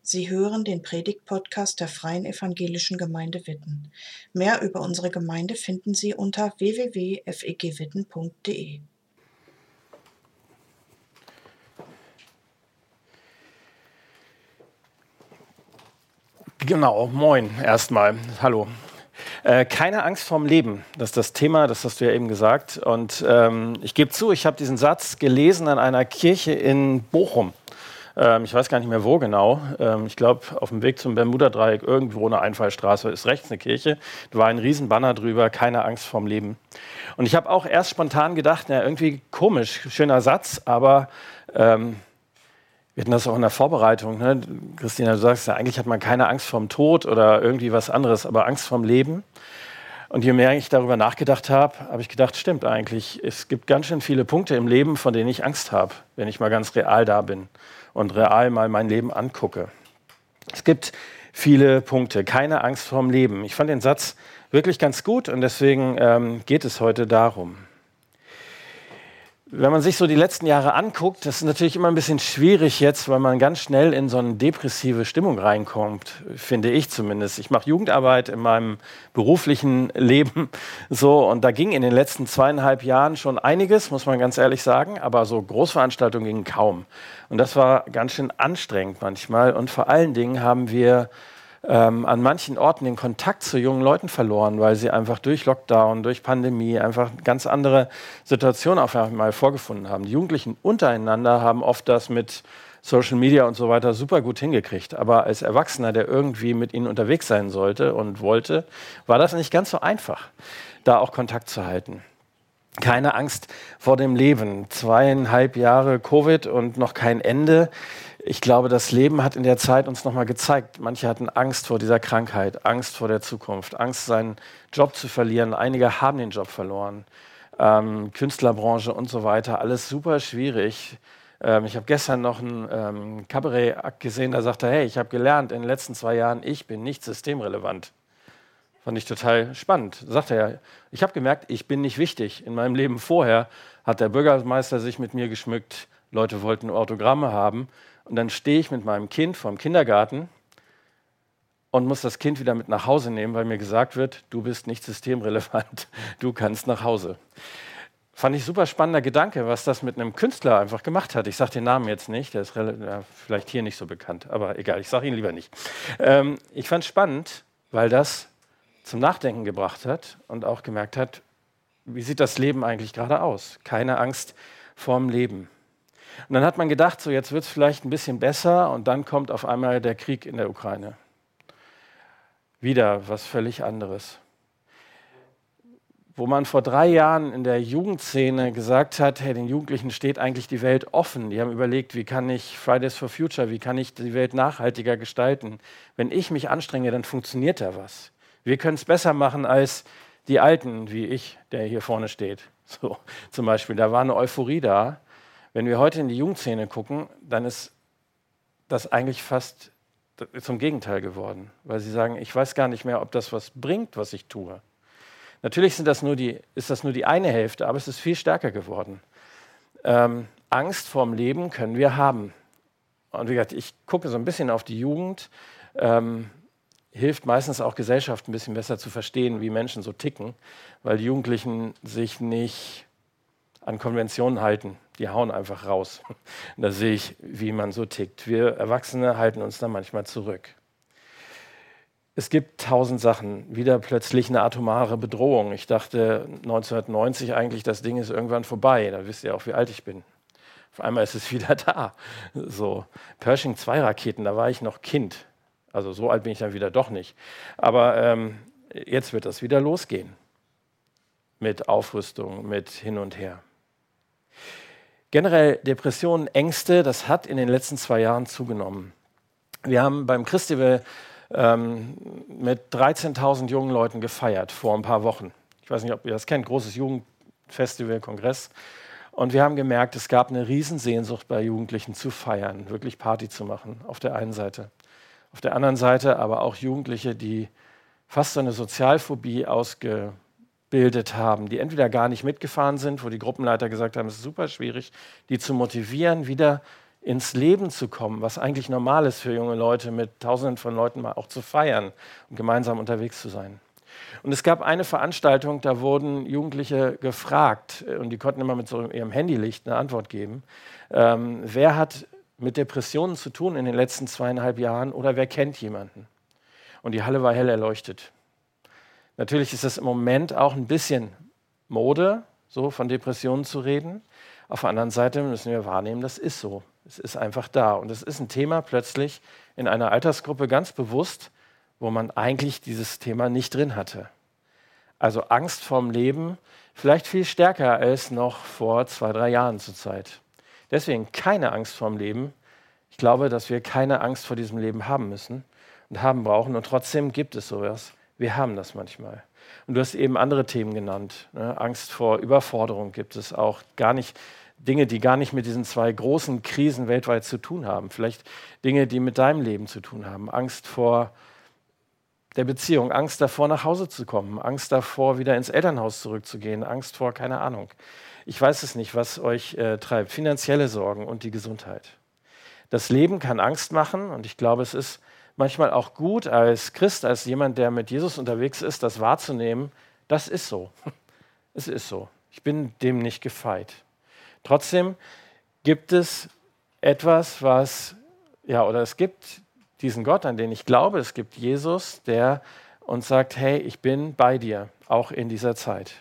Sie hören den Predigt-Podcast der Freien Evangelischen Gemeinde Witten. Mehr über unsere Gemeinde finden Sie unter www.fegwitten.de. Genau, moin erstmal. Hallo. Keine Angst vorm Leben, das ist das Thema, das hast du ja eben gesagt. Und ich gebe zu, ich habe diesen Satz gelesen an einer Kirche in Bochum. Ich weiß gar nicht mehr wo genau. Ich glaube, auf dem Weg zum Bermuda-Dreieck, irgendwo eine Einfallstraße, ist rechts eine Kirche. Da war ein Riesenbanner drüber, keine Angst vorm Leben. Und ich habe auch erst spontan gedacht, na, irgendwie komisch, schöner Satz, aber wir hatten das auch in der Vorbereitung. Ne? Christina, du sagst ja, eigentlich hat man keine Angst vorm Tod oder irgendwie was anderes, aber Angst vorm Leben. Und je mehr ich darüber nachgedacht habe, habe ich gedacht, stimmt eigentlich. Es gibt ganz schön viele Punkte im Leben, von denen ich Angst habe, wenn ich mal ganz real da bin und real mal mein Leben angucke. Es gibt viele Punkte, keine Angst vorm Leben. Ich fand den Satz wirklich ganz gut und deswegen geht es heute darum. Wenn man sich so die letzten Jahre anguckt, das ist natürlich immer ein bisschen schwierig jetzt, weil man ganz schnell in so eine depressive Stimmung reinkommt, finde ich zumindest. Ich mache Jugendarbeit in meinem beruflichen Leben so und da ging in den letzten 2,5 Jahren schon einiges, muss man ganz ehrlich sagen, aber so Großveranstaltungen gingen kaum. Und das war ganz schön anstrengend manchmal und vor allen Dingen haben wir an manchen Orten den Kontakt zu jungen Leuten verloren, weil sie einfach durch Lockdown, durch Pandemie einfach ganz andere Situationen auf einmal vorgefunden haben. Die Jugendlichen untereinander haben oft das mit Social Media und so weiter super gut hingekriegt. Aber als Erwachsener, der irgendwie mit ihnen unterwegs sein sollte und wollte, war das nicht ganz so einfach, da auch Kontakt zu halten. Keine Angst vor dem Leben. 2,5 Jahre Covid und noch kein Ende. Ich glaube, das Leben hat in der Zeit uns nochmal gezeigt, manche hatten Angst vor dieser Krankheit, Angst vor der Zukunft, Angst, seinen Job zu verlieren. Einige haben den Job verloren. Künstlerbranche und so weiter, alles super schwierig. Ich habe gestern noch einen Kabarett-Akt gesehen, da sagte er, hey, ich habe gelernt in den letzten 2 Jahren, ich bin nicht systemrelevant. Fand ich total spannend. Da sagte er, ich habe gemerkt, ich bin nicht wichtig. In meinem Leben vorher hat der Bürgermeister sich mit mir geschmückt, Leute wollten Autogramme haben. Und dann stehe ich mit meinem Kind vorm Kindergarten und muss das Kind wieder mit nach Hause nehmen, weil mir gesagt wird, du bist nicht systemrelevant, du kannst nach Hause. Fand ich super spannender Gedanke, was das mit einem Künstler einfach gemacht hat. Ich sage den Namen jetzt nicht, der ist vielleicht hier nicht so bekannt, aber egal, ich sage ihn lieber nicht. Ich fand es spannend, weil das zum Nachdenken gebracht hat und auch gemerkt hat, wie sieht das Leben eigentlich gerade aus? Keine Angst vorm Leben. Und dann hat man gedacht, so jetzt wird es vielleicht ein bisschen besser und dann kommt auf einmal der Krieg in der Ukraine. Wieder was völlig anderes. Wo man vor 3 Jahren in der Jugendszene gesagt hat, hey, den Jugendlichen steht eigentlich die Welt offen. Die haben überlegt, wie kann ich Fridays for Future, wie kann ich die Welt nachhaltiger gestalten? Wenn ich mich anstrenge, dann funktioniert da was. Wir können es besser machen als die Alten, wie ich, der hier vorne steht. So, zum Beispiel, da war eine Euphorie da. Wenn wir heute in die Jugendszene gucken, dann ist das eigentlich fast zum Gegenteil geworden, weil sie sagen, ich weiß gar nicht mehr, ob das was bringt, was ich tue. Natürlich ist das nur die eine Hälfte, aber es ist viel stärker geworden. Angst vorm Leben können wir haben. Und wie gesagt, ich gucke so ein bisschen auf die Jugend, hilft meistens auch Gesellschaft ein bisschen besser zu verstehen, wie Menschen so ticken, weil die Jugendlichen sich nicht an Konventionen halten. Die hauen einfach raus. Da sehe ich, wie man so tickt. Wir Erwachsene halten uns da manchmal zurück. Es gibt 1000 Sachen. Wieder plötzlich eine atomare Bedrohung. Ich dachte 1990 eigentlich, das Ding ist irgendwann vorbei. Da wisst ihr auch, wie alt ich bin. Auf einmal ist es wieder da. So Pershing-2-Raketen, da war ich noch Kind. Also so alt bin ich dann wieder doch nicht. Aber jetzt wird das wieder losgehen. Mit Aufrüstung, mit hin und her. Generell Depressionen, Ängste, das hat in den letzten 2 Jahren zugenommen. Wir haben beim Christival mit 13.000 jungen Leuten gefeiert vor ein paar Wochen. Ich weiß nicht, ob ihr das kennt, großes Jugendfestival, Kongress. Und wir haben gemerkt, es gab eine Riesensehnsucht bei Jugendlichen zu feiern, wirklich Party zu machen, auf der einen Seite. Auf der anderen Seite aber auch Jugendliche, die fast so eine Sozialphobie ausgebildet haben, die entweder gar nicht mitgefahren sind, wo die Gruppenleiter gesagt haben, es ist super schwierig, die zu motivieren, wieder ins Leben zu kommen, was eigentlich normal ist für junge Leute, mit Tausenden von Leuten mal auch zu feiern und gemeinsam unterwegs zu sein. Und es gab eine Veranstaltung, da wurden Jugendliche gefragt, und die konnten immer mit so ihrem Handylicht eine Antwort geben, wer hat mit Depressionen zu tun in den letzten 2,5 Jahren oder wer kennt jemanden? Und die Halle war hell erleuchtet. Natürlich ist es im Moment auch ein bisschen Mode, so von Depressionen zu reden. Auf der anderen Seite müssen wir wahrnehmen, das ist so. Es ist einfach da. Und es ist ein Thema plötzlich in einer Altersgruppe ganz bewusst, wo man eigentlich dieses Thema nicht drin hatte. Also Angst vorm Leben vielleicht viel stärker als noch vor 2-3 Jahren zur Zeit. Deswegen keine Angst vorm Leben. Ich glaube, dass wir keine Angst vor diesem Leben haben müssen und haben brauchen. Und trotzdem gibt es sowas. Wir haben das manchmal. Und du hast eben andere Themen genannt. Ne? Angst vor Überforderung gibt es auch. Gar nicht Dinge, die gar nicht mit diesen 2 großen Krisen weltweit zu tun haben. Vielleicht Dinge, die mit deinem Leben zu tun haben. Angst vor der Beziehung, Angst davor, nach Hause zu kommen, Angst davor, wieder ins Elternhaus zurückzugehen, Angst vor, keine Ahnung. Ich weiß es nicht, was euch treibt. Finanzielle Sorgen und die Gesundheit. Das Leben kann Angst machen und ich glaube, es ist manchmal auch gut als Christ, als jemand, der mit Jesus unterwegs ist, das wahrzunehmen, das ist so. Es ist so. Ich bin dem nicht gefeit. Trotzdem gibt es etwas, es gibt diesen Gott, an den ich glaube, es gibt Jesus, der uns sagt, hey, ich bin bei dir, auch in dieser Zeit.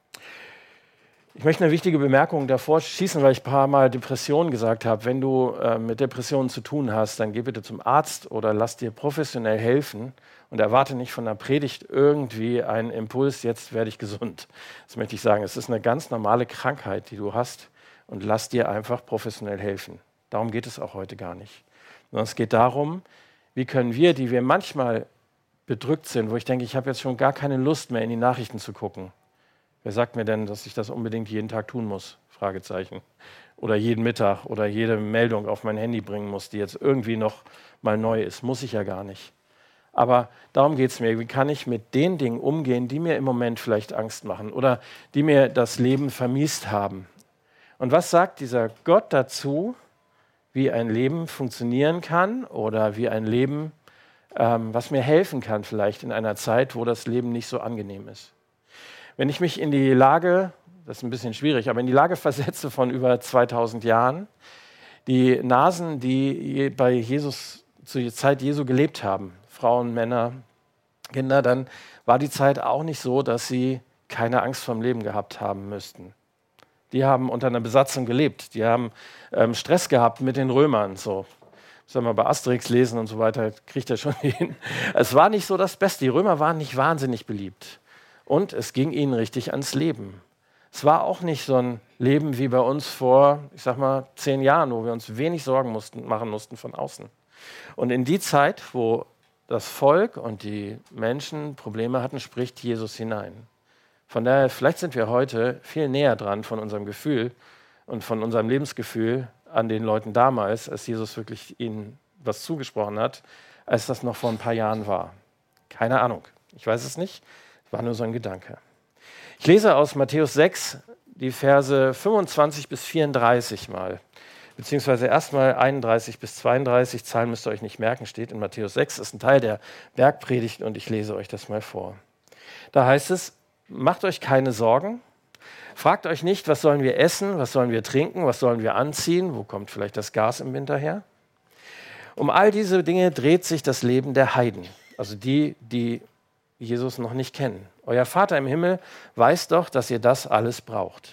Ich möchte eine wichtige Bemerkung davor schießen, weil ich ein paar Mal Depressionen gesagt habe. Wenn du mit Depressionen zu tun hast, dann geh bitte zum Arzt oder lass dir professionell helfen und erwarte nicht von der Predigt irgendwie einen Impuls, jetzt werde ich gesund. Das möchte ich sagen. Es ist eine ganz normale Krankheit, die du hast und lass dir einfach professionell helfen. Darum geht es auch heute gar nicht. Sondern es geht darum, wie können wir, die wir manchmal bedrückt sind, wo ich denke, ich habe jetzt schon gar keine Lust mehr in die Nachrichten zu gucken. Wer sagt mir denn, dass ich das unbedingt jeden Tag tun muss? Fragezeichen. Oder jeden Mittag oder jede Meldung auf mein Handy bringen muss, die jetzt irgendwie noch mal neu ist. Muss ich ja gar nicht. Aber darum geht es mir. Wie kann ich mit den Dingen umgehen, die mir im Moment vielleicht Angst machen oder die mir das Leben vermiest haben? Und was sagt dieser Gott dazu, wie ein Leben funktionieren kann oder wie ein Leben, was mir helfen kann vielleicht in einer Zeit, wo das Leben nicht so angenehm ist? Wenn ich mich in die Lage, das ist ein bisschen schwierig, aber in die Lage versetze von über 2000 Jahren, die Nasen, die bei Jesus zur Zeit Jesu gelebt haben, Frauen, Männer, Kinder, dann war die Zeit auch nicht so, dass sie keine Angst vorm Leben gehabt haben müssten. Die haben unter einer Besatzung gelebt, die haben Stress gehabt mit den Römern. So. Soll man bei Asterix lesen und so weiter, kriegt er schon hin. Es war nicht so das Beste, die Römer waren nicht wahnsinnig beliebt. Und es ging ihnen richtig ans Leben. Es war auch nicht so ein Leben wie bei uns vor, 10 Jahren, wo wir uns wenig Sorgen machen mussten von außen. Und in die Zeit, wo das Volk und die Menschen Probleme hatten, spricht Jesus hinein. Von daher, vielleicht sind wir heute viel näher dran von unserem Gefühl und von unserem Lebensgefühl an den Leuten damals, als Jesus wirklich ihnen was zugesprochen hat, als das noch vor ein paar Jahren war. Keine Ahnung, ich weiß es nicht, es war nur so ein Gedanke. Ich lese aus Matthäus 6 die Verse 25 bis 34 mal, beziehungsweise erstmal 31 bis 32, Zahlen müsst ihr euch nicht merken, steht in Matthäus 6, ist ein Teil der Bergpredigt und ich lese euch das mal vor. Da heißt es, macht euch keine Sorgen, fragt euch nicht, was sollen wir essen, was sollen wir trinken, was sollen wir anziehen, wo kommt vielleicht das Gas im Winter her. Um all diese Dinge dreht sich das Leben der Heiden, also die, die Jesus noch nicht kennen. Euer Vater im Himmel weiß doch, dass ihr das alles braucht.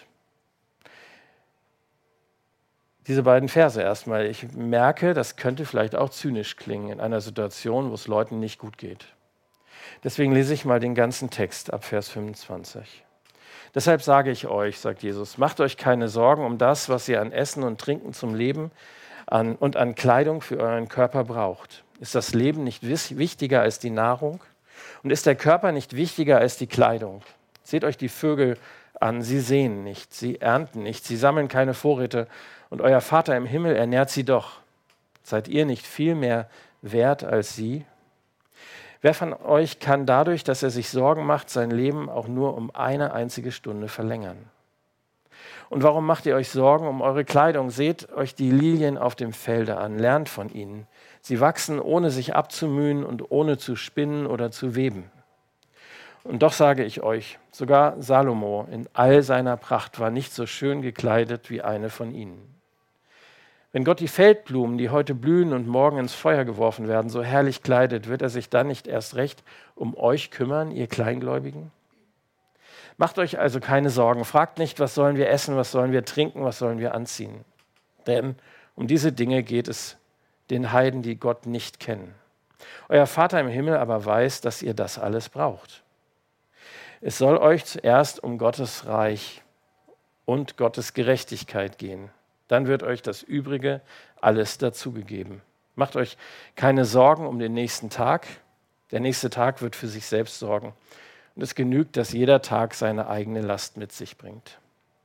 Diese beiden Verse erstmal. Ich merke, das könnte vielleicht auch zynisch klingen in einer Situation, wo es Leuten nicht gut geht. Deswegen lese ich mal den ganzen Text ab Vers 25. Deshalb sage ich euch, sagt Jesus, macht euch keine Sorgen um das, was ihr an Essen und Trinken zum Leben und an Kleidung für euren Körper braucht. Ist das Leben nicht wichtiger als die Nahrung? Und ist der Körper nicht wichtiger als die Kleidung? Seht euch die Vögel an, sie säen nicht, sie ernten nicht, sie sammeln keine Vorräte und euer Vater im Himmel ernährt sie doch. Seid ihr nicht viel mehr wert als sie? Wer von euch kann dadurch, dass er sich Sorgen macht, sein Leben auch nur um eine einzige Stunde verlängern? Und warum macht ihr euch Sorgen um eure Kleidung? Seht euch die Lilien auf dem Felde an, lernt von ihnen. Sie wachsen, ohne sich abzumühen und ohne zu spinnen oder zu weben. Und doch sage ich euch, sogar Salomo in all seiner Pracht war nicht so schön gekleidet wie eine von ihnen. Wenn Gott die Feldblumen, die heute blühen und morgen ins Feuer geworfen werden, so herrlich kleidet, wird er sich dann nicht erst recht um euch kümmern, ihr Kleingläubigen? Macht euch also keine Sorgen. Fragt nicht, was sollen wir essen, was sollen wir trinken, was sollen wir anziehen. Denn um diese Dinge geht es den Heiden, die Gott nicht kennen. Euer Vater im Himmel aber weiß, dass ihr das alles braucht. Es soll euch zuerst um Gottes Reich und Gottes Gerechtigkeit gehen. Dann wird euch das Übrige alles dazugegeben. Macht euch keine Sorgen um den nächsten Tag. Der nächste Tag wird für sich selbst sorgen. Und es genügt, dass jeder Tag seine eigene Last mit sich bringt.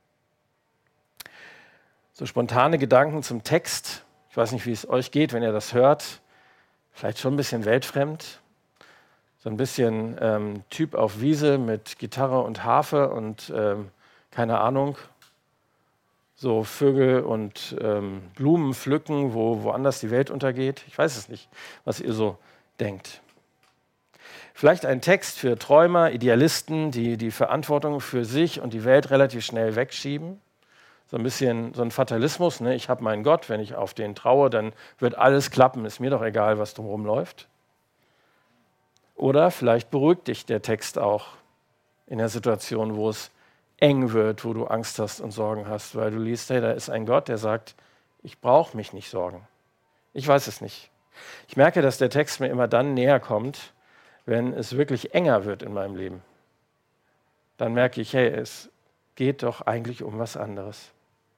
So spontane Gedanken zum Text. Ich weiß nicht, wie es euch geht, wenn ihr das hört. Vielleicht schon ein bisschen weltfremd. So ein bisschen Typ auf Wiese mit Gitarre und Harfe und keine Ahnung. So Vögel und Blumen pflücken, wo woanders die Welt untergeht. Ich weiß es nicht, was ihr so denkt. Vielleicht ein Text für Träumer, Idealisten, die die Verantwortung für sich und die Welt relativ schnell wegschieben. So ein bisschen so ein Fatalismus. Ne? Ich habe meinen Gott, wenn ich auf den traue, dann wird alles klappen. Ist mir doch egal, was drumherum läuft. Oder vielleicht beruhigt dich der Text auch in der Situation, wo es eng wird, wo du Angst hast und Sorgen hast, weil du liest, hey, da ist ein Gott, der sagt, ich brauche mich nicht sorgen. Ich weiß es nicht. Ich merke, dass der Text mir immer dann näher kommt, wenn es wirklich enger wird in meinem Leben. Dann merke ich, hey, es geht doch eigentlich um was anderes.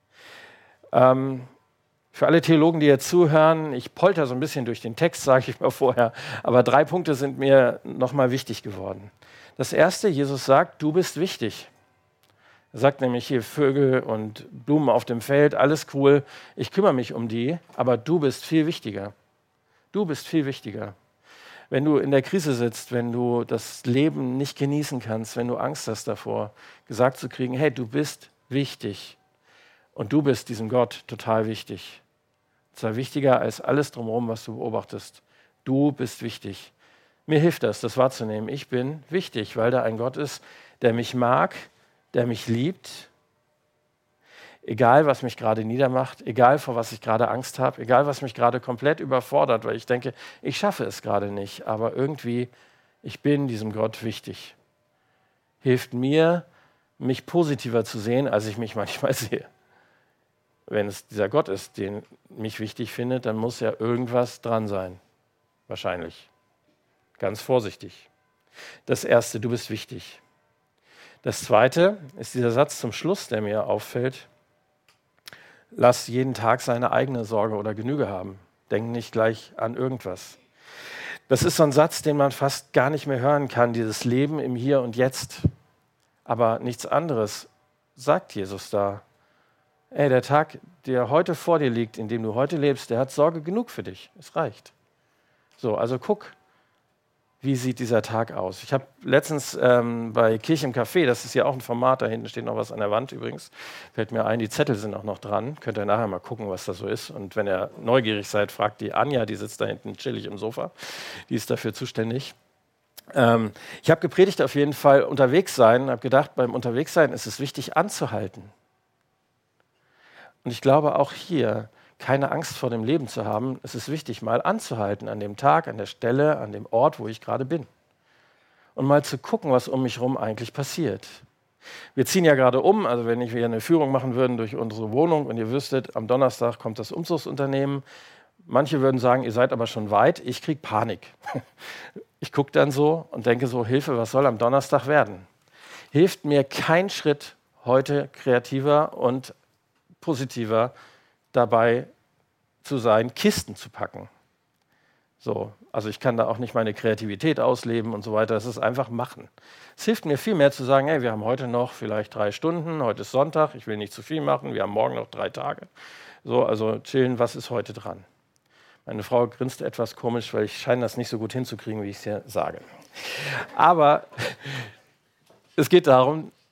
Für alle Theologen, die jetzt zuhören, ich polter so ein bisschen durch den Text, sage ich mal vorher, aber 3 Punkte sind mir nochmal wichtig geworden. Das erste, Jesus sagt, du bist wichtig. Er sagt nämlich hier Vögel und Blumen auf dem Feld, alles cool, ich kümmere mich um die, aber du bist viel wichtiger. Du bist viel wichtiger. Wenn du in der Krise sitzt, wenn du das Leben nicht genießen kannst, wenn du Angst hast davor, gesagt zu kriegen, hey, du bist wichtig und du bist diesem Gott total wichtig. Sei wichtiger als alles drumherum, was du beobachtest. Du bist wichtig. Mir hilft das wahrzunehmen. Ich bin wichtig, weil da ein Gott ist, der mich mag, der mich liebt, egal was mich gerade niedermacht, egal vor was ich gerade Angst habe, egal was mich gerade komplett überfordert, weil ich denke, ich schaffe es gerade nicht, aber irgendwie, ich bin diesem Gott wichtig. Hilft mir, mich positiver zu sehen, als ich mich manchmal sehe. Wenn es dieser Gott ist, den mich wichtig findet, dann muss ja irgendwas dran sein. Wahrscheinlich. Ganz vorsichtig. Das Erste, du bist wichtig. Das Zweite ist dieser Satz zum Schluss, der mir auffällt. Lass jeden Tag seine eigene Sorge oder Genüge haben. Denk nicht gleich an irgendwas. Das ist so ein Satz, den man fast gar nicht mehr hören kann, dieses Leben im Hier und Jetzt. Aber nichts anderes sagt Jesus da. Ey, der Tag, der heute vor dir liegt, in dem du heute lebst, der hat Sorge genug für dich. Es reicht. So, also guck, wie sieht dieser Tag aus? Ich habe letztens bei Kirche im Café, das ist ja auch ein Format, da hinten steht noch was an der Wand übrigens, fällt mir ein, die Zettel sind auch noch dran. Könnt ihr nachher mal gucken, was das so ist. Und wenn ihr neugierig seid, fragt die Anja, die sitzt da hinten chillig im Sofa. Die ist dafür zuständig. Ich habe gepredigt auf jeden Fall unterwegs sein, habe gedacht, beim Unterwegssein ist es wichtig anzuhalten. Und ich glaube auch hier, keine Angst vor dem Leben zu haben. Es ist wichtig, mal anzuhalten an dem Tag, an der Stelle, an dem Ort, wo ich gerade bin. Und mal zu gucken, was um mich herum eigentlich passiert. Wir ziehen ja gerade um, also wenn wir eine Führung machen würden durch unsere Wohnung und ihr wüsstet, am Donnerstag kommt das Umzugsunternehmen. Manche würden sagen, ihr seid aber schon weit. Ich kriege Panik. Ich gucke dann so und denke so, Hilfe, was soll am Donnerstag werden? Hilft mir kein Schritt heute kreativer und positiver dabei zu sein, Kisten zu packen. So, also ich kann da auch nicht meine Kreativität ausleben und so weiter. Das ist einfach machen. Es hilft mir viel mehr zu sagen, hey, wir haben heute noch vielleicht 3 Stunden, heute ist Sonntag, ich will nicht zu viel machen, wir haben morgen noch 3 Tage. So, also chillen, was ist heute dran? Meine Frau grinst etwas komisch, weil ich scheine das nicht so gut hinzukriegen, wie ich es hier sage. Aber es geht darum,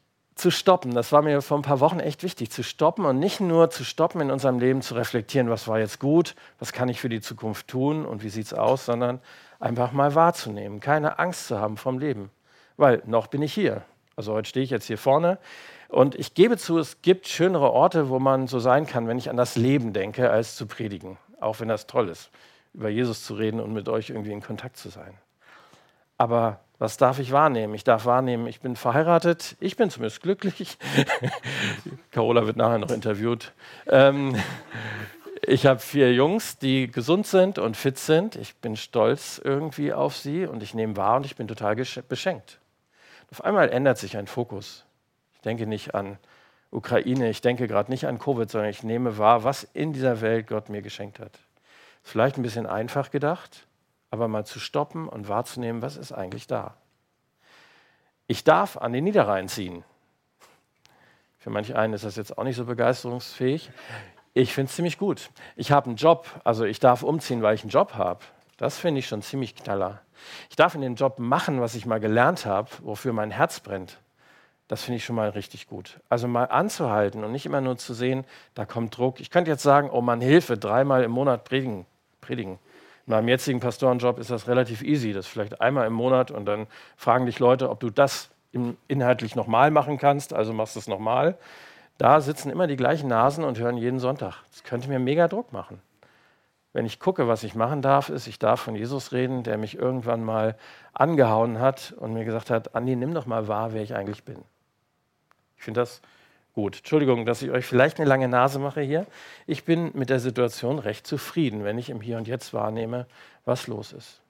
zu stoppen. Das war mir vor ein paar Wochen echt wichtig, zu stoppen und nicht nur zu stoppen in unserem Leben, zu reflektieren, was war jetzt gut, was kann ich für die Zukunft tun und wie sieht es aus, sondern einfach mal wahrzunehmen, keine Angst zu haben vom Leben. Weil noch bin ich hier. Also heute stehe ich jetzt hier vorne und ich gebe zu, es gibt schönere Orte, wo man so sein kann, wenn ich an das Leben denke, als zu predigen. Auch wenn das toll ist, über Jesus zu reden und mit euch irgendwie in Kontakt zu sein. Aber was darf ich wahrnehmen? Ich darf wahrnehmen, ich bin verheiratet, ich bin zumindest glücklich. Carola wird nachher noch interviewt. Ich habe 4 Jungs, die gesund sind und fit sind. Ich bin stolz irgendwie auf sie und ich nehme wahr und ich bin total beschenkt. Auf einmal ändert sich ein Fokus. Ich denke nicht an Ukraine, ich denke gerade nicht an Covid, sondern ich nehme wahr, was in dieser Welt Gott mir geschenkt hat. Vielleicht ein bisschen einfach gedacht, aber mal zu stoppen und wahrzunehmen, was ist eigentlich da. Ich darf an den Niederrhein ziehen. Für manch einen ist das jetzt auch nicht so begeisterungsfähig. Ich finde es ziemlich gut. Ich habe einen Job, also ich darf umziehen, weil ich einen Job habe. Das finde ich schon ziemlich knaller. Ich darf in dem Job machen, was ich mal gelernt habe, wofür mein Herz brennt. Das finde ich schon mal richtig gut. Also mal anzuhalten und nicht immer nur zu sehen, da kommt Druck. Ich könnte jetzt sagen, oh Mann, Hilfe, 3-mal im Monat predigen. In meinem jetzigen Pastorenjob ist das relativ easy. Das ist vielleicht einmal im Monat und dann fragen dich Leute, ob du das inhaltlich nochmal machen kannst. Also machst du es nochmal. Da sitzen immer die gleichen Nasen und hören jeden Sonntag. Das könnte mir mega Druck machen. Wenn ich gucke, was ich machen darf, ist, ich darf von Jesus reden, der mich irgendwann mal angehauen hat und mir gesagt hat, Andi, nimm doch mal wahr, wer ich eigentlich bin. Ich finde das gut. Entschuldigung, dass ich euch vielleicht eine lange Nase mache hier. Ich bin mit der Situation recht zufrieden, wenn ich im Hier und Jetzt wahrnehme, was los ist.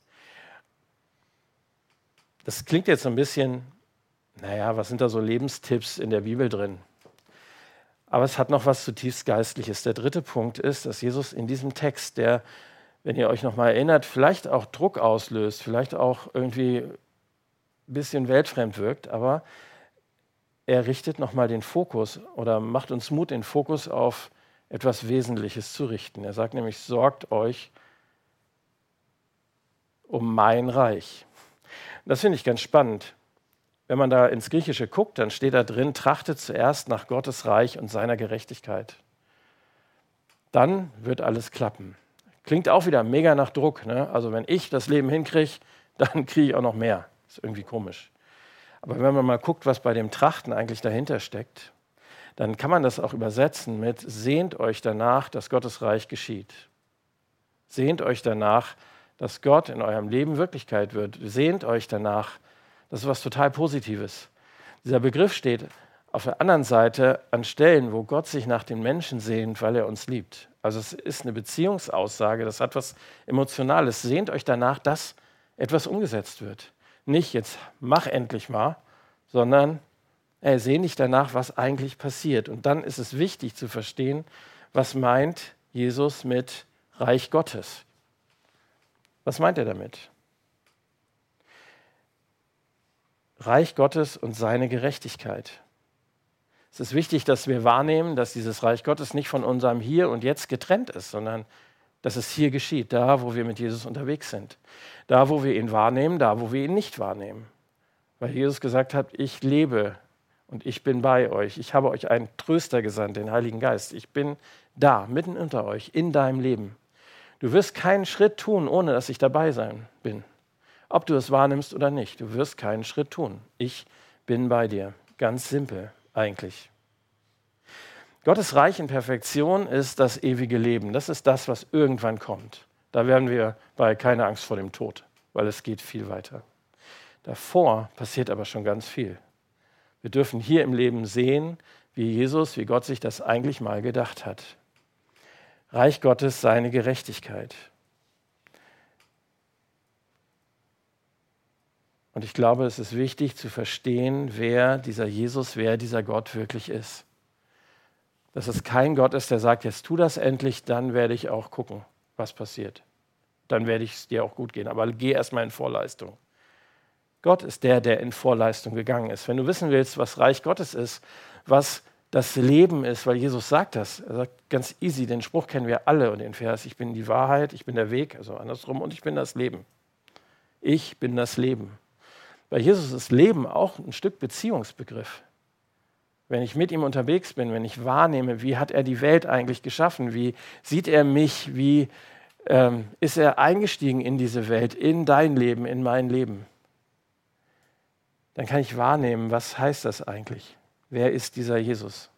Das klingt jetzt so ein bisschen, naja, was sind da so Lebenstipps in der Bibel drin? Aber es hat noch was zutiefst Geistliches. Der 3. Punkt ist, dass Jesus in diesem Text, der, wenn ihr euch noch mal erinnert, vielleicht auch Druck auslöst, vielleicht auch irgendwie ein bisschen weltfremd wirkt, aber er richtet noch mal den Fokus oder macht uns Mut, den Fokus auf etwas Wesentliches zu richten. Er sagt nämlich, sorgt euch um mein Reich. Das finde ich ganz spannend. Wenn man da ins Griechische guckt, dann steht da drin, trachtet zuerst nach Gottes Reich und seiner Gerechtigkeit. Dann wird alles klappen. Klingt auch wieder mega nach Druck. Ne? Also wenn ich das Leben hinkriege, dann kriege ich auch noch mehr. Ist irgendwie komisch. Aber wenn man mal guckt, was bei dem Trachten eigentlich dahinter steckt, dann kann man das auch übersetzen mit, sehnt euch danach, dass Gottes Reich geschieht. Sehnt euch danach, dass Gott in eurem Leben Wirklichkeit wird. Sehnt euch danach. Das ist was total Positives. Dieser Begriff steht auf der anderen Seite an Stellen, wo Gott sich nach den Menschen sehnt, weil er uns liebt. Also es ist eine Beziehungsaussage, das hat was Emotionales. Sehnt euch danach, dass etwas umgesetzt wird. Nicht jetzt mach endlich mal, sondern sehnt dich danach, was eigentlich passiert. Und dann ist es wichtig zu verstehen, was meint Jesus mit Reich Gottes? Was meint er damit? Reich Gottes und seine Gerechtigkeit. Es ist wichtig, dass wir wahrnehmen, dass dieses Reich Gottes nicht von unserem Hier und Jetzt getrennt ist, sondern dass es hier geschieht, da, wo wir mit Jesus unterwegs sind. Da, wo wir ihn wahrnehmen, da, wo wir ihn nicht wahrnehmen. Weil Jesus gesagt hat, ich lebe und ich bin bei euch. Ich habe euch einen Tröster gesandt, den Heiligen Geist. Ich bin da, mitten unter euch, in deinem Leben. Du wirst keinen Schritt tun, ohne dass ich dabei sein bin. Ob du es wahrnimmst oder nicht, du wirst keinen Schritt tun. Ich bin bei dir. Ganz simpel eigentlich. Gottes Reich in Perfektion ist das ewige Leben. Das ist das, was irgendwann kommt. Da werden wir bei keine Angst vor dem Tod, weil es geht viel weiter. Davor passiert aber schon ganz viel. Wir dürfen hier im Leben sehen, wie Jesus, wie Gott sich das eigentlich mal gedacht hat. Reich Gottes, seine Gerechtigkeit. Und ich glaube, es ist wichtig zu verstehen, wer dieser Jesus, wer dieser Gott wirklich ist. Dass es kein Gott ist, der sagt, jetzt tu das endlich, dann werde ich auch gucken, was passiert. Dann werde es dir auch gut gehen, aber geh erstmal in Vorleistung. Gott ist der, der in Vorleistung gegangen ist. Wenn du wissen willst, was Reich Gottes ist, was das Leben ist, weil Jesus sagt das. Er sagt ganz easy, den Spruch kennen wir alle und den Vers, ich bin die Wahrheit, ich bin der Weg, also andersrum, und ich bin das Leben. Ich bin das Leben. Bei Jesus ist Leben auch ein Stück Beziehungsbegriff. wenn ich mit ihm unterwegs bin, wenn ich wahrnehme, wie hat er die Welt eigentlich geschaffen, wie sieht er mich, wie ist er eingestiegen in diese Welt, in dein Leben, in mein Leben, dann kann ich wahrnehmen, was heißt das eigentlich? Wer ist dieser Jesus?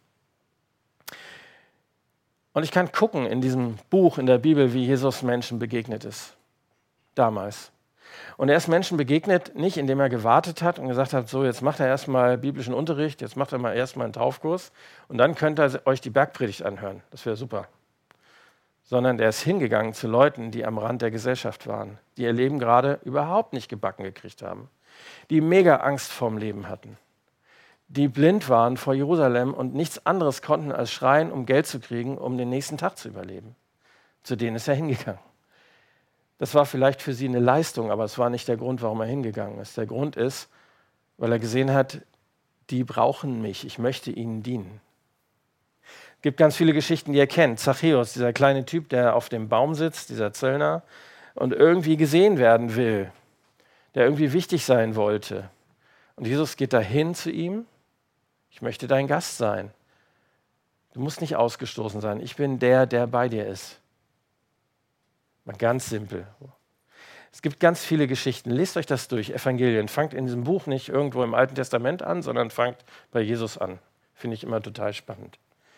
Und ich kann gucken in diesem Buch, in der Bibel, wie Jesus Menschen begegnet ist. Damals. Und er ist Menschen begegnet, nicht indem er gewartet hat und gesagt hat, so jetzt macht er erstmal biblischen Unterricht, jetzt macht er mal erstmal einen Taufkurs und dann könnt ihr euch die Bergpredigt anhören. Das wäre super. Sondern der ist hingegangen zu Leuten, die am Rand der Gesellschaft waren, die ihr Leben gerade überhaupt nicht gebacken gekriegt haben, die mega Angst vorm Leben hatten, die blind waren vor Jerusalem und nichts anderes konnten als schreien, um Geld zu kriegen, um den nächsten Tag zu überleben. Zu denen ist er hingegangen. Das war vielleicht für sie eine Leistung, aber es war nicht der Grund, warum er hingegangen ist. Der Grund ist, weil er gesehen hat, die brauchen mich, ich möchte ihnen dienen. Es gibt ganz viele Geschichten, die ihr kennt. Zachäus, dieser kleine Typ, der auf dem Baum sitzt, dieser Zöllner, und irgendwie gesehen werden will, der irgendwie wichtig sein wollte. Und Jesus geht dahin zu ihm, ich möchte dein Gast sein. Du musst nicht ausgestoßen sein, ich bin der, der bei dir ist. Mal ganz simpel. Es gibt ganz viele Geschichten. Lest euch das durch, Evangelien. Fangt in diesem Buch nicht irgendwo im Alten Testament an, sondern fangt bei Jesus an. Finde ich immer total spannend.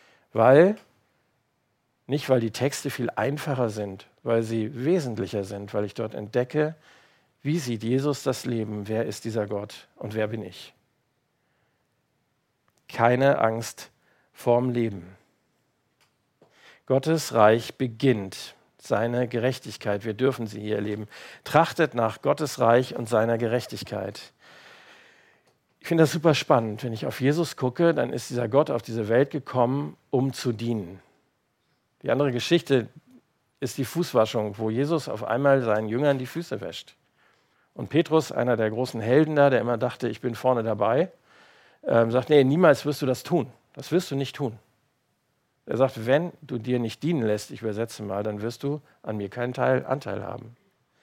Nicht weil die Texte viel einfacher sind, weil sie wesentlicher sind, weil ich dort entdecke, wie sieht Jesus das Leben, wer ist dieser Gott und wer bin ich? Keine Angst vorm Leben. Gottes Reich beginnt. Seine Gerechtigkeit, wir dürfen sie hier erleben. Trachtet nach Gottes Reich und seiner Gerechtigkeit. Ich finde das super spannend. Wenn ich auf Jesus gucke, dann ist dieser Gott auf diese Welt gekommen, um zu dienen. Die andere Geschichte ist die Fußwaschung, wo Jesus auf einmal seinen Jüngern die Füße wäscht. Und Petrus, einer der großen Helden da, der immer dachte, ich bin vorne dabei, sagt, nee, niemals wirst du das tun. Das wirst du nicht tun. Er sagt, wenn du dir nicht dienen lässt, ich übersetze mal, dann wirst du an mir keinen Anteil haben.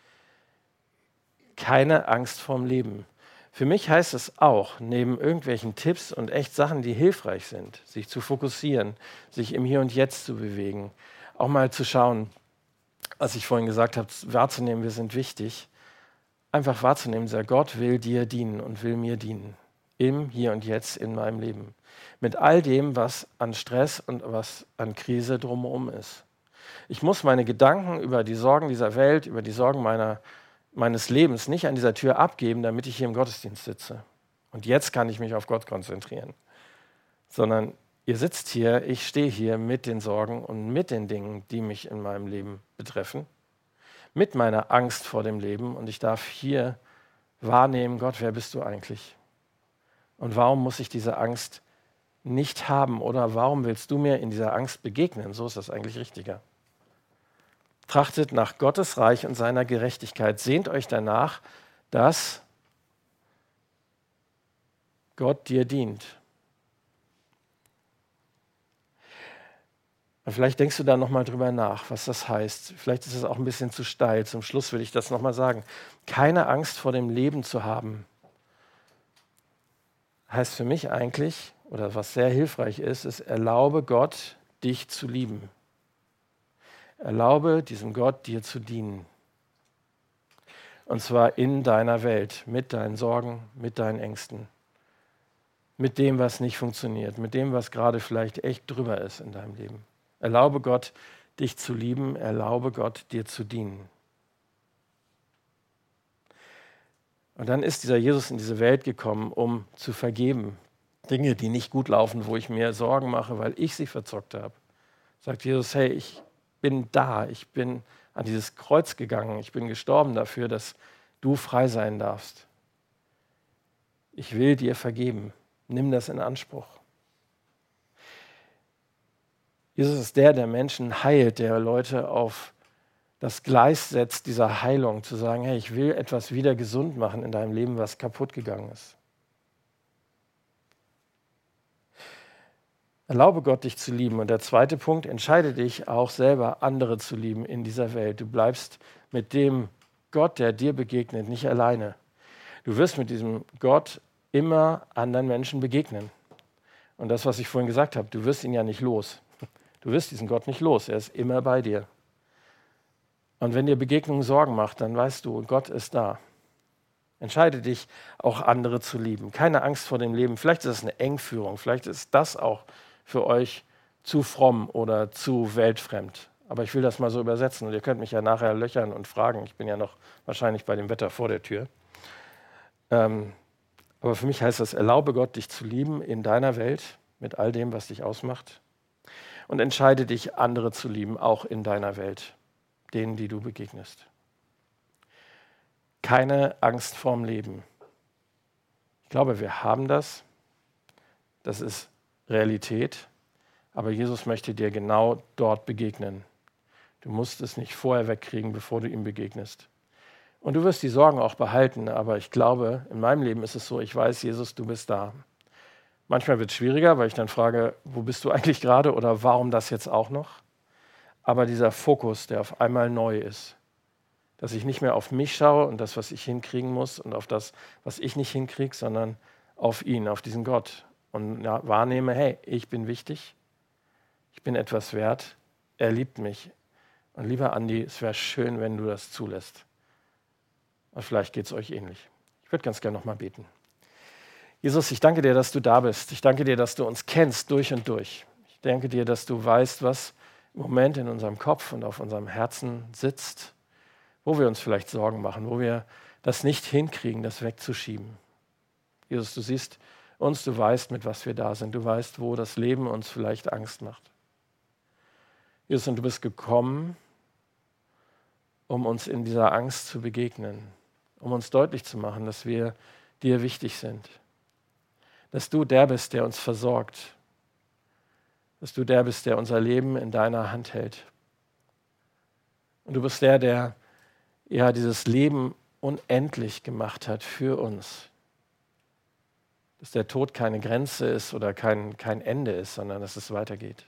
Keine Angst vorm Leben. Für mich heißt es auch, neben irgendwelchen Tipps und echt Sachen, die hilfreich sind, sich zu fokussieren, sich im Hier und Jetzt zu bewegen, auch mal zu schauen, was ich vorhin gesagt habe, wahrzunehmen, wir sind wichtig, einfach wahrzunehmen, dieser Gott will dir dienen und will mir dienen. Im Hier und Jetzt in meinem Leben. Mit all dem, was an Stress und was an Krise drumherum ist. Ich muss meine Gedanken über die Sorgen dieser Welt, über die Sorgen meines Lebens nicht an dieser Tür abgeben, damit ich hier im Gottesdienst sitze. Und jetzt kann ich mich auf Gott konzentrieren. Sondern ihr sitzt hier, ich stehe hier mit den Sorgen und mit den Dingen, die mich in meinem Leben betreffen. Mit meiner Angst vor dem Leben. Und ich darf hier wahrnehmen, Gott, wer bist du eigentlich? Und warum muss ich diese Angst nicht haben? Oder warum willst du mir in dieser Angst begegnen? So ist das eigentlich richtiger. Trachtet nach Gottes Reich und seiner Gerechtigkeit. Sehnt euch danach, dass Gott dir dient. Und vielleicht denkst du da nochmal drüber nach, was das heißt. Vielleicht ist es auch ein bisschen zu steil. Zum Schluss will ich das nochmal sagen. Keine Angst vor dem Leben zu haben, heißt für mich eigentlich, oder was sehr hilfreich ist, erlaube Gott, dich zu lieben. Erlaube diesem Gott, dir zu dienen. Und zwar in deiner Welt, mit deinen Sorgen, mit deinen Ängsten, mit dem, was nicht funktioniert, mit dem, was gerade vielleicht echt drüber ist in deinem Leben. Erlaube Gott, dich zu lieben, erlaube Gott, dir zu dienen. Und dann ist dieser Jesus in diese Welt gekommen, um zu vergeben. Dinge, die nicht gut laufen, wo ich mir Sorgen mache, weil ich sie verzockt habe. Sagt Jesus, hey, ich bin da, ich bin an dieses Kreuz gegangen, ich bin gestorben dafür, dass du frei sein darfst. Ich will dir vergeben. Nimm das in Anspruch. Jesus ist der Menschen heilt, der Leute auf das Gleis setzt, dieser Heilung, zu sagen, hey, ich will etwas wieder gesund machen in deinem Leben, was kaputt gegangen ist. Erlaube Gott, dich zu lieben. Und der zweite Punkt, entscheide dich auch selber, andere zu lieben in dieser Welt. Du bleibst mit dem Gott, der dir begegnet, nicht alleine. Du wirst mit diesem Gott immer anderen Menschen begegnen. Und das, was ich vorhin gesagt habe, du wirst ihn ja nicht los. Du wirst diesen Gott nicht los. Er ist immer bei dir. Und wenn dir Begegnungen Sorgen macht, dann weißt du, Gott ist da. Entscheide dich, auch andere zu lieben. Keine Angst vor dem Leben. Vielleicht ist es eine Engführung. Vielleicht ist das auch für euch zu fromm oder zu weltfremd. Aber ich will das mal so übersetzen. Und ihr könnt mich ja nachher löchern und fragen. Ich bin ja noch wahrscheinlich bei dem Wetter vor der Tür. Aber für mich heißt das, erlaube Gott, dich zu lieben in deiner Welt, mit all dem, was dich ausmacht. Und entscheide dich, andere zu lieben, auch in deiner Welt, denen, die du begegnest. Keine Angst vorm Leben. Ich glaube, wir haben das. Das ist Realität. Aber Jesus möchte dir genau dort begegnen. Du musst es nicht vorher wegkriegen, bevor du ihm begegnest. Und du wirst die Sorgen auch behalten. Aber ich glaube, in meinem Leben ist es so, ich weiß, Jesus, du bist da. Manchmal wird es schwieriger, weil ich dann frage, wo bist du eigentlich gerade oder warum das jetzt auch noch? Aber dieser Fokus, der auf einmal neu ist, dass ich nicht mehr auf mich schaue und das, was ich hinkriegen muss und auf das, was ich nicht hinkriege, sondern auf ihn, auf diesen Gott und wahrnehme, hey, ich bin wichtig, ich bin etwas wert, er liebt mich. Und lieber Andi, es wäre schön, wenn du das zulässt. Und vielleicht geht es euch ähnlich. Ich würde ganz gerne nochmal beten. Jesus, ich danke dir, dass du da bist. Ich danke dir, dass du uns kennst durch und durch. Ich danke dir, dass du weißt, was im Moment in unserem Kopf und auf unserem Herzen sitzt, wo wir uns vielleicht Sorgen machen, wo wir das nicht hinkriegen, das wegzuschieben. Jesus, du siehst uns, du weißt, mit was wir da sind. Du weißt, wo das Leben uns vielleicht Angst macht. Jesus, und du bist gekommen, um uns in dieser Angst zu begegnen, um uns deutlich zu machen, dass wir dir wichtig sind. Dass du der bist, der uns versorgt. Dass du der bist, der unser Leben in deiner Hand hält. Und du bist der ja dieses Leben unendlich gemacht hat für uns. Dass der Tod keine Grenze ist oder kein Ende ist, sondern dass es weitergeht.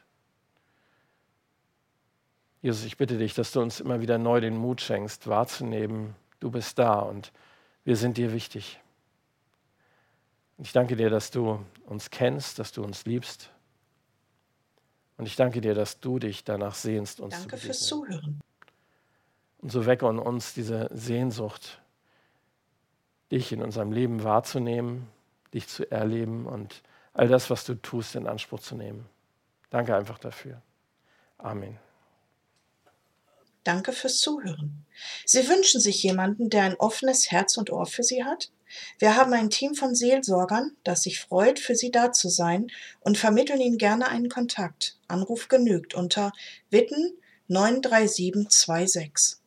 Jesus, ich bitte dich, dass du uns immer wieder neu den Mut schenkst, wahrzunehmen, du bist da und wir sind dir wichtig. Ich danke dir, dass du uns kennst, dass du uns liebst. Und ich danke dir, dass du dich danach sehnst, uns zu begegnen. Danke fürs Zuhören. Und so wecke in uns diese Sehnsucht, dich in unserem Leben wahrzunehmen, dich zu erleben und all das, was du tust, in Anspruch zu nehmen. Danke einfach dafür. Amen. Danke fürs Zuhören. Sie wünschen sich jemanden, der ein offenes Herz und Ohr für Sie hat? Wir haben ein Team von Seelsorgern, das sich freut, für Sie da zu sein und vermitteln Ihnen gerne einen Kontakt. Anruf genügt unter Witten 93726.